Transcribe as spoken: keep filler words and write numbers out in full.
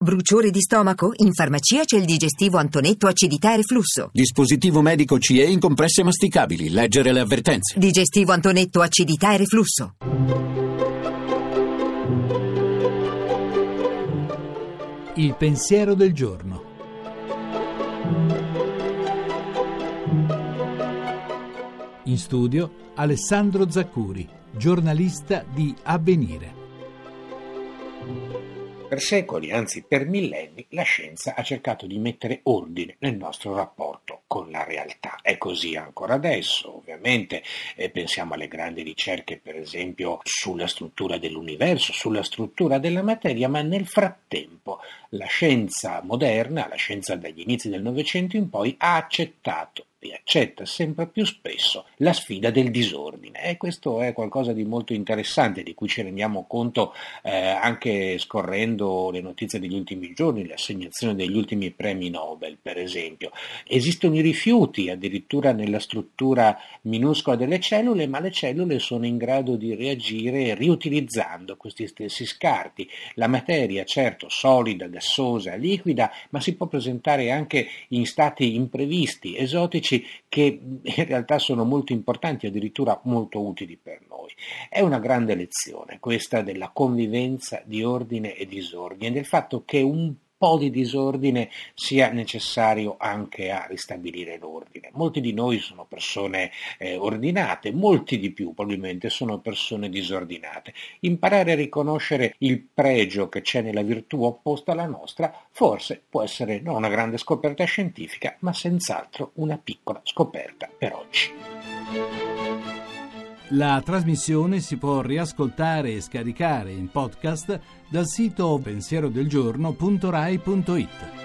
Bruciore di stomaco? In farmacia c'è il digestivo Antonetto acidità e reflusso. Dispositivo medico C E in compresse masticabili. Leggere le avvertenze. Digestivo Antonetto acidità e reflusso. Il pensiero del giorno. In studio Alessandro Zaccuri, giornalista di Avvenire. Per secoli, anzi per millenni, la scienza ha cercato di mettere ordine nel nostro rapporto con la realtà. È così ancora adesso, ovviamente. Eh, pensiamo alle grandi ricerche, per esempio, sulla struttura dell'universo, sulla struttura della materia, ma nel frattempo la scienza moderna, la scienza dagli inizi del Novecento in poi, ha accettato e accetta sempre più spesso la sfida del disordine, e questo è qualcosa di molto interessante, di cui ci rendiamo conto eh, anche scorrendo le notizie degli ultimi giorni, l'assegnazione degli ultimi premi Nobel, per esempio. Esistono i rifiuti addirittura nella struttura minuscola delle cellule, ma le cellule sono in grado di reagire riutilizzando questi stessi scarti. La materia, certo, solida, gassosa, liquida, ma si può presentare anche in stati imprevisti, esotici, che in realtà sono molto importanti, addirittura molto utili per noi. È una grande lezione questa della convivenza di ordine e disordine, del fatto che un po' di disordine sia necessario anche a ristabilire l'ordine. Molti di noi sono persone eh, ordinate, molti di più probabilmente sono persone disordinate. Imparare a riconoscere il pregio che c'è nella virtù opposta alla nostra forse può essere non una grande scoperta scientifica, ma senz'altro una piccola scoperta per oggi. La trasmissione si può riascoltare e scaricare in podcast dal sito pensierodelgiorno punto rai punto it.